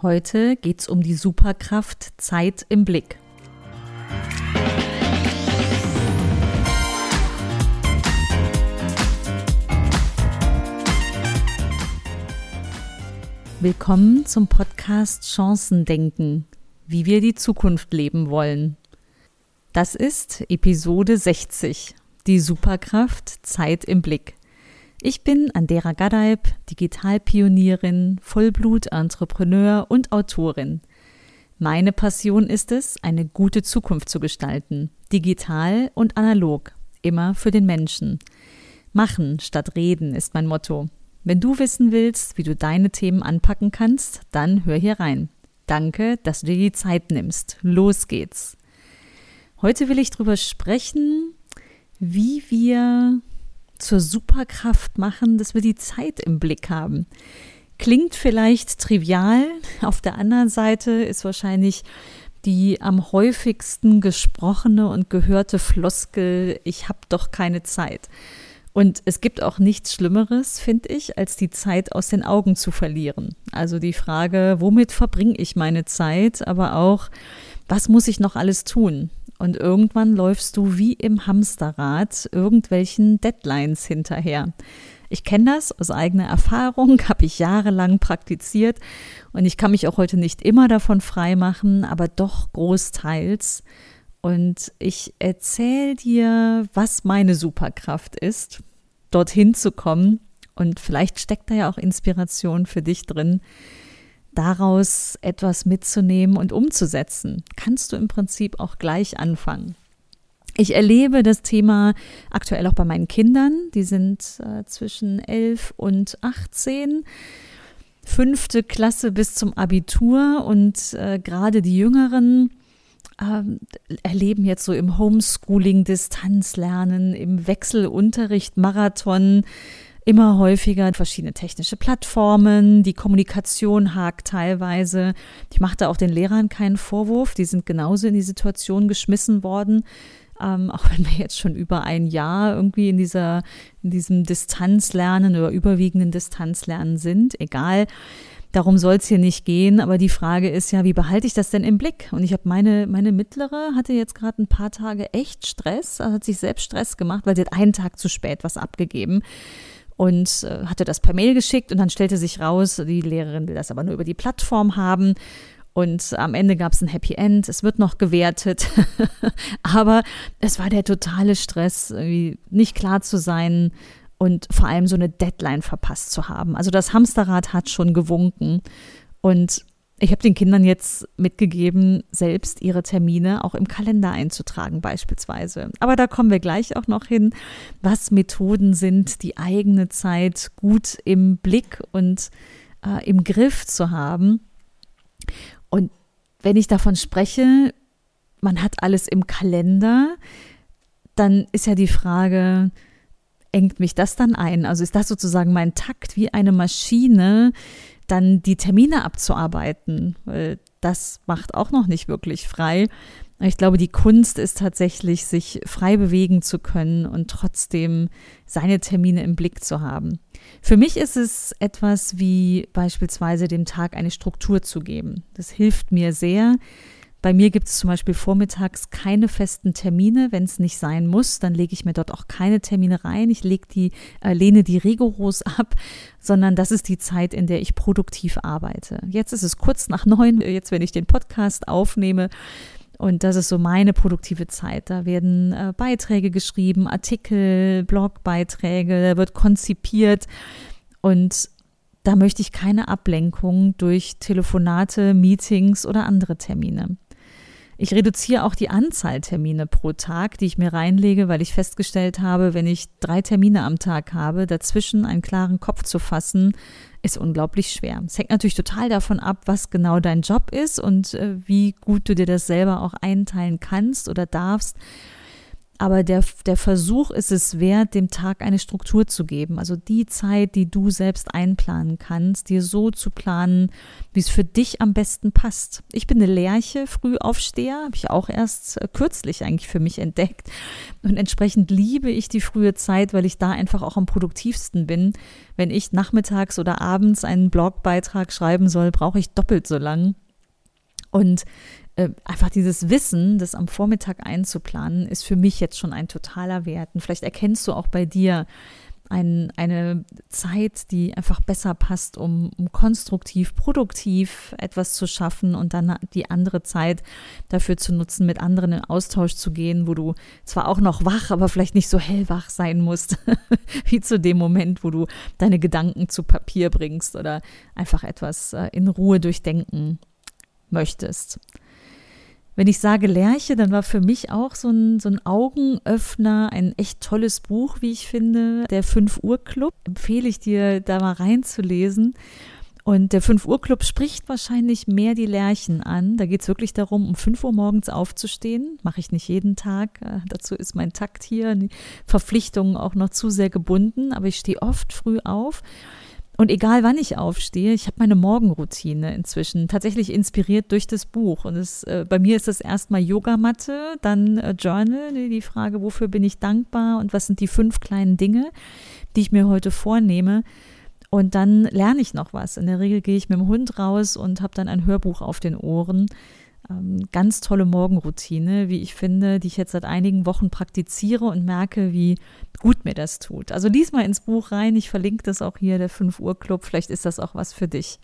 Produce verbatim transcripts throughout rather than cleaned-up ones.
Heute geht's um die Superkraft Zeit im Blick. Willkommen zum Podcast Chancendenken, wie wir die Zukunft leben wollen. Das ist Episode sechzig, die Superkraft Zeit im Blick. Ich bin Andera Gadeib, Digitalpionierin, Vollblut-Entrepreneur und Autorin. Meine Passion ist es, eine gute Zukunft zu gestalten, digital und analog, immer für den Menschen. Machen statt reden ist mein Motto. Wenn du wissen willst, wie du deine Themen anpacken kannst, dann hör hier rein. Danke, dass du dir die Zeit nimmst. Los geht's. Heute will ich darüber sprechen, wie wir zur Superkraft machen, dass wir die Zeit im Blick haben. Klingt vielleicht trivial, auf der anderen Seite ist wahrscheinlich die am häufigsten gesprochene und gehörte Floskel, ich habe doch keine Zeit. Und es gibt auch nichts Schlimmeres, finde ich, als die Zeit aus den Augen zu verlieren. Also die Frage, womit verbringe ich meine Zeit, aber auch, was muss ich noch alles tun? Und irgendwann läufst du wie im Hamsterrad irgendwelchen Deadlines hinterher. Ich kenne das aus eigener Erfahrung, habe ich jahrelang praktiziert und ich kann mich auch heute nicht immer davon freimachen, aber doch großteils. Und ich erzähle dir, was meine Superkraft ist, dorthin zu kommen. Und vielleicht steckt da ja auch Inspiration für dich drin, daraus etwas mitzunehmen und umzusetzen. Kannst du im Prinzip auch gleich anfangen. Ich erlebe das Thema aktuell auch bei meinen Kindern. Die sind äh, zwischen elf und achtzehn. Fünfte Klasse bis zum Abitur und äh, gerade die Jüngeren Ähm, erleben jetzt so im Homeschooling, Distanzlernen, im Wechselunterricht, Marathon immer häufiger verschiedene technische Plattformen, die Kommunikation hakt teilweise. Ich mache da auch den Lehrern keinen Vorwurf, die sind genauso in die Situation geschmissen worden, ähm, auch wenn wir jetzt schon über ein Jahr irgendwie in dieser, in diesem Distanzlernen oder überwiegenden Distanzlernen sind, egal. Darum soll es hier nicht gehen, aber die Frage ist ja, wie behalte ich das denn im Blick? Und ich habe meine, meine Mittlere hatte jetzt gerade ein paar Tage echt Stress, also hat sich selbst Stress gemacht, weil sie hat einen Tag zu spät was abgegeben und äh, hatte das per Mail geschickt und dann stellte sich raus, die Lehrerin will das aber nur über die Plattform haben. Und am Ende gab es ein Happy End, es wird noch gewertet, aber es war der totale Stress, irgendwie nicht klar zu sein, und vor allem so eine Deadline verpasst zu haben. Also das Hamsterrad hat schon gewunken. Und ich habe den Kindern jetzt mitgegeben, selbst ihre Termine auch im Kalender einzutragen beispielsweise. Aber da kommen wir gleich auch noch hin, was Methoden sind, die eigene Zeit gut im Blick und äh, im Griff zu haben. Und wenn ich davon spreche, man hat alles im Kalender, dann ist ja die Frage, engt mich das dann ein? Also ist das sozusagen mein Takt, wie eine Maschine, dann die Termine abzuarbeiten? Weil das macht auch noch nicht wirklich frei. Ich glaube, die Kunst ist tatsächlich, sich frei bewegen zu können und trotzdem seine Termine im Blick zu haben. Für mich ist es etwas wie beispielsweise dem Tag eine Struktur zu geben. Das hilft mir sehr. Bei mir gibt es zum Beispiel vormittags keine festen Termine. Wenn es nicht sein muss, dann lege ich mir dort auch keine Termine rein. Ich lege die, äh, lehne die rigoros ab, sondern das ist die Zeit, in der ich produktiv arbeite. Jetzt ist es kurz nach neun, jetzt wenn ich den Podcast aufnehme. Und das ist so meine produktive Zeit. Da werden äh, Beiträge geschrieben, Artikel, Blogbeiträge, da wird konzipiert und da möchte ich keine Ablenkung durch Telefonate, Meetings oder andere Termine. Ich reduziere auch die Anzahl Termine pro Tag, die ich mir reinlege, weil ich festgestellt habe, wenn ich drei Termine am Tag habe, dazwischen einen klaren Kopf zu fassen, ist unglaublich schwer. Es hängt natürlich total davon ab, was genau dein Job ist und äh, wie gut du dir das selber auch einteilen kannst oder darfst. Aber der, der Versuch ist es wert, dem Tag eine Struktur zu geben. Also die Zeit, die du selbst einplanen kannst, dir so zu planen, wie es für dich am besten passt. Ich bin eine Lerche, Frühaufsteher, habe ich auch erst kürzlich eigentlich für mich entdeckt. Und entsprechend liebe ich die frühe Zeit, weil ich da einfach auch am produktivsten bin. Wenn ich nachmittags oder abends einen Blogbeitrag schreiben soll, brauche ich doppelt so lang. Und Äh, einfach dieses Wissen, das am Vormittag einzuplanen, ist für mich jetzt schon ein totaler Wert. Und vielleicht erkennst du auch bei dir ein, eine Zeit, die einfach besser passt, um, um konstruktiv, produktiv etwas zu schaffen und dann die andere Zeit dafür zu nutzen, mit anderen in Austausch zu gehen, wo du zwar auch noch wach, aber vielleicht nicht so hellwach sein musst, wie zu dem Moment, wo du deine Gedanken zu Papier bringst oder einfach etwas äh, in Ruhe durchdenken möchtest. Wenn ich sage Lerche, dann war für mich auch so ein, so ein Augenöffner, ein echt tolles Buch, wie ich finde, der fünf Uhr Club. Empfehle ich dir, da mal reinzulesen. Und der fünf Uhr Club spricht wahrscheinlich mehr die Lerchen an. Da geht es wirklich darum, um fünf Uhr morgens aufzustehen. Mache ich nicht jeden Tag. Äh, dazu ist mein Takt hier, die Verpflichtungen auch noch zu sehr gebunden. Aber ich stehe oft früh auf. Und egal wann ich aufstehe, ich habe meine Morgenroutine inzwischen tatsächlich inspiriert durch das Buch. Und es, äh, bei mir ist das erstmal Yogamatte, dann äh, Journal, ne, die Frage, wofür bin ich dankbar und was sind die fünf kleinen Dinge, die ich mir heute vornehme. Und dann lerne ich noch was. In der Regel gehe ich mit dem Hund raus und habe dann ein Hörbuch auf den Ohren. Ähm, ganz tolle Morgenroutine, wie ich finde, die ich jetzt seit einigen Wochen praktiziere und merke, wie gut mir das tut. Also lies mal ins Buch rein, ich verlinke das auch hier, der fünf Uhr Club, vielleicht ist das auch was für dich.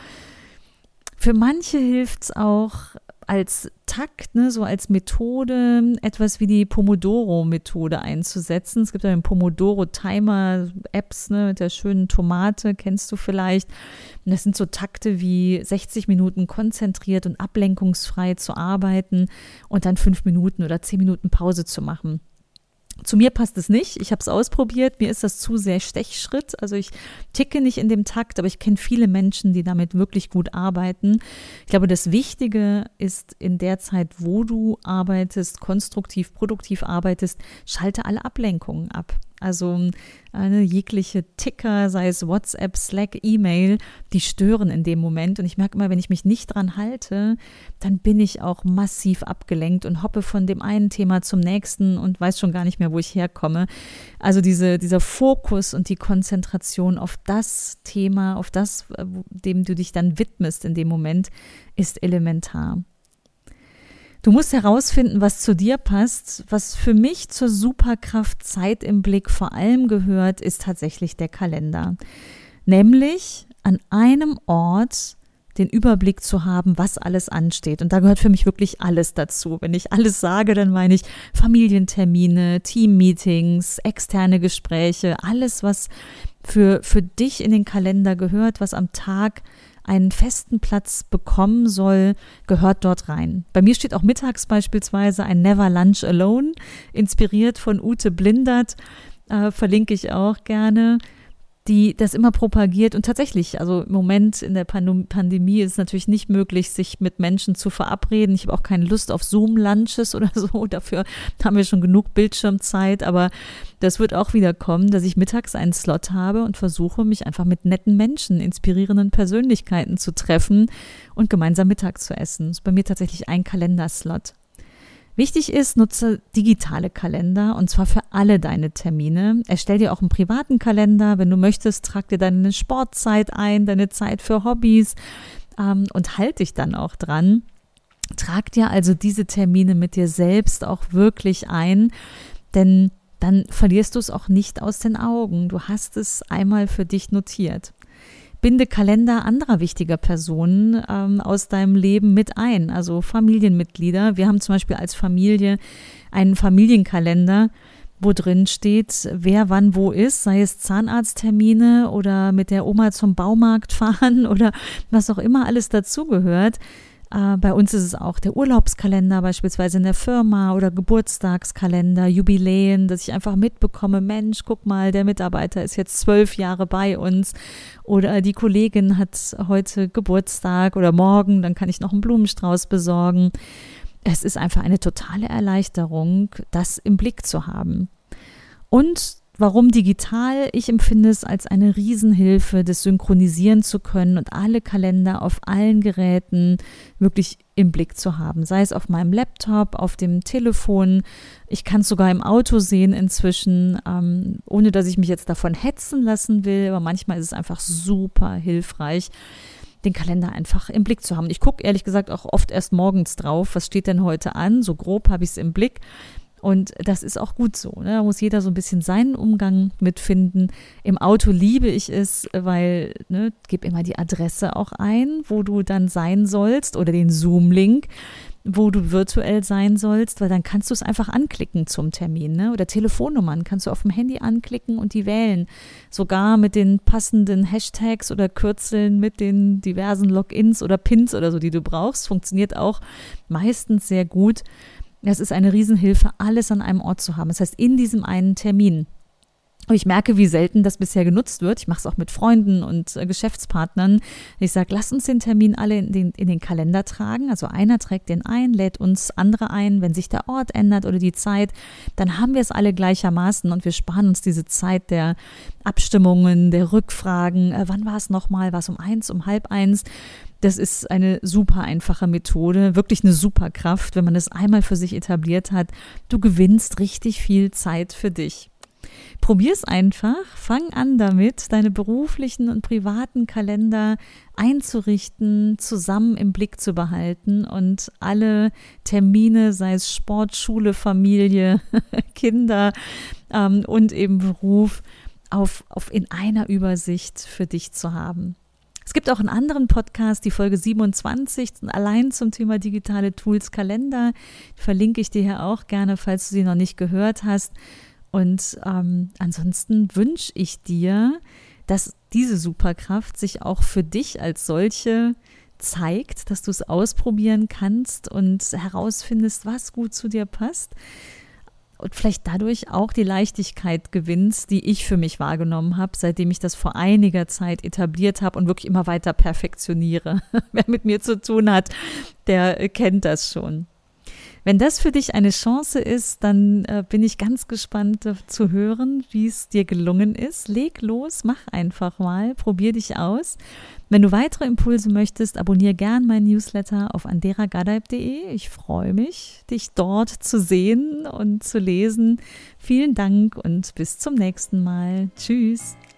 Für manche hilft es auch als Takt, ne, so als Methode, etwas wie die Pomodoro-Methode einzusetzen. Es gibt ja den Pomodoro-Timer-Apps, ne, mit der schönen Tomate, kennst du vielleicht. Und das sind so Takte wie sechzig Minuten konzentriert und ablenkungsfrei zu arbeiten und dann fünf Minuten oder zehn Minuten Pause zu machen. Zu mir passt es nicht. Ich habe es ausprobiert. Mir ist das zu sehr Stechschritt. Also ich ticke nicht in dem Takt, aber ich kenne viele Menschen, die damit wirklich gut arbeiten. Ich glaube, das Wichtige ist in der Zeit, wo du arbeitest, konstruktiv, produktiv arbeitest, schalte alle Ablenkungen ab. Also eine jegliche Ticker, sei es WhatsApp, Slack, E-Mail, die stören in dem Moment. Und ich merke immer, wenn ich mich nicht dran halte, dann bin ich auch massiv abgelenkt und hoppe von dem einen Thema zum nächsten und weiß schon gar nicht mehr, wo ich herkomme. Also diese, dieser Fokus und die Konzentration auf das Thema, auf das, dem du dich dann widmest in dem Moment, ist elementar. Du musst herausfinden, was zu dir passt. Was für mich zur Superkraft Zeit im Blick vor allem gehört, ist tatsächlich der Kalender. Nämlich an einem Ort den Überblick zu haben, was alles ansteht. Und da gehört für mich wirklich alles dazu. Wenn ich alles sage, dann meine ich Familientermine, Teammeetings, externe Gespräche, alles, was für, für dich in den Kalender gehört, was am Tag einen festen Platz bekommen soll, gehört dort rein. Bei mir steht auch mittags beispielsweise ein Never Lunch Alone, inspiriert von Ute Blindert, äh, verlinke ich auch gerne, die das immer propagiert. Und tatsächlich, also im Moment in der Pandem- Pandemie ist es natürlich nicht möglich, sich mit Menschen zu verabreden. Ich habe auch keine Lust auf Zoom-Lunches oder so. Dafür haben wir schon genug Bildschirmzeit. Aber das wird auch wieder kommen, dass ich mittags einen Slot habe und versuche, mich einfach mit netten Menschen, inspirierenden Persönlichkeiten zu treffen und gemeinsam Mittag zu essen. Das ist bei mir tatsächlich ein Kalenderslot. Wichtig ist, nutze digitale Kalender und zwar für alle deine Termine. Erstell dir auch einen privaten Kalender. Wenn du möchtest, trag dir deine Sportzeit ein, deine Zeit für Hobbys ähm, und halt dich dann auch dran. Trag dir also diese Termine mit dir selbst auch wirklich ein, denn dann verlierst du es auch nicht aus den Augen. Du hast es einmal für dich notiert. Binde Kalender anderer wichtiger Personen ähm, aus deinem Leben mit ein, also Familienmitglieder. Wir haben zum Beispiel als Familie einen Familienkalender, wo drin steht, wer wann wo ist, sei es Zahnarzttermine oder mit der Oma zum Baumarkt fahren oder was auch immer alles dazugehört. Äh, bei uns ist es auch der Urlaubskalender beispielsweise in der Firma oder Geburtstagskalender, Jubiläen, dass ich einfach mitbekomme, Mensch, guck mal, der Mitarbeiter ist jetzt zwölf Jahre bei uns oder die Kollegin hat heute Geburtstag oder morgen, dann kann ich noch einen Blumenstrauß besorgen. es ist einfach eine totale Erleichterung, das im Blick zu haben. Und warum digital? Ich empfinde es als eine Riesenhilfe, das synchronisieren zu können und alle Kalender auf allen Geräten wirklich im Blick zu haben. Sei es auf meinem Laptop, auf dem Telefon. Ich kann es sogar im Auto sehen inzwischen, ähm, ohne dass ich mich jetzt davon hetzen lassen will. Aber manchmal ist es einfach super hilfreich, den Kalender einfach im Blick zu haben. Ich gucke ehrlich gesagt auch oft erst morgens drauf, was steht denn heute an? So grob habe ich es im Blick. Und das ist auch gut so. Ne? Da muss jeder so ein bisschen seinen Umgang mitfinden. Im Auto liebe ich es, weil, ne, gib immer die Adresse auch ein, wo du dann sein sollst oder den Zoom-Link, wo du virtuell sein sollst, weil dann kannst du es einfach anklicken zum Termin. Ne? Oder Telefonnummern kannst du auf dem Handy anklicken und die wählen. Sogar mit den passenden Hashtags oder Kürzeln mit den diversen Logins oder Pins oder so, die du brauchst. Funktioniert auch meistens sehr gut. Das ist eine Riesenhilfe, alles an einem Ort zu haben. Das heißt, in diesem einen Termin. Und ich merke, wie selten das bisher genutzt wird. Ich mache es auch mit Freunden und äh, Geschäftspartnern. Ich sage, lass uns den Termin alle in den, in den Kalender tragen. Also einer trägt den ein, lädt uns andere ein. Wenn sich der Ort ändert oder die Zeit, dann haben wir es alle gleichermaßen und wir sparen uns diese Zeit der Abstimmungen, der Rückfragen. Äh, wann war es nochmal? War es um eins, um halb eins? Das ist eine super einfache Methode, wirklich eine super Kraft, wenn man es einmal für sich etabliert hat. Du gewinnst richtig viel Zeit für dich. Probier's einfach, fang an damit, deine beruflichen und privaten Kalender einzurichten, zusammen im Blick zu behalten und alle Termine, sei es Sport, Schule, Familie, Kinder ähm, und eben Beruf, auf, auf in einer Übersicht für dich zu haben. Es gibt auch einen anderen Podcast, die Folge siebenundzwanzig, allein zum Thema digitale Tools, Kalender. Die verlinke ich dir hier auch gerne, falls du sie noch nicht gehört hast. Und ähm, ansonsten wünsche ich dir, dass diese Superkraft sich auch für dich als solche zeigt, dass du es ausprobieren kannst und herausfindest, was gut zu dir passt. Und vielleicht dadurch auch die Leichtigkeit gewinnst, die ich für mich wahrgenommen habe, seitdem ich das vor einiger Zeit etabliert habe und wirklich immer weiter perfektioniere. Wer mit mir zu tun hat, der kennt das schon. Wenn das für dich eine Chance ist, dann äh, bin ich ganz gespannt äh, zu hören, wie es dir gelungen ist. Leg los, mach einfach mal, probier dich aus. Wenn du weitere Impulse möchtest, abonniere gern meinen Newsletter auf andera gadeib punkt de. Ich freue mich, dich dort zu sehen und zu lesen. Vielen Dank und bis zum nächsten Mal. Tschüss.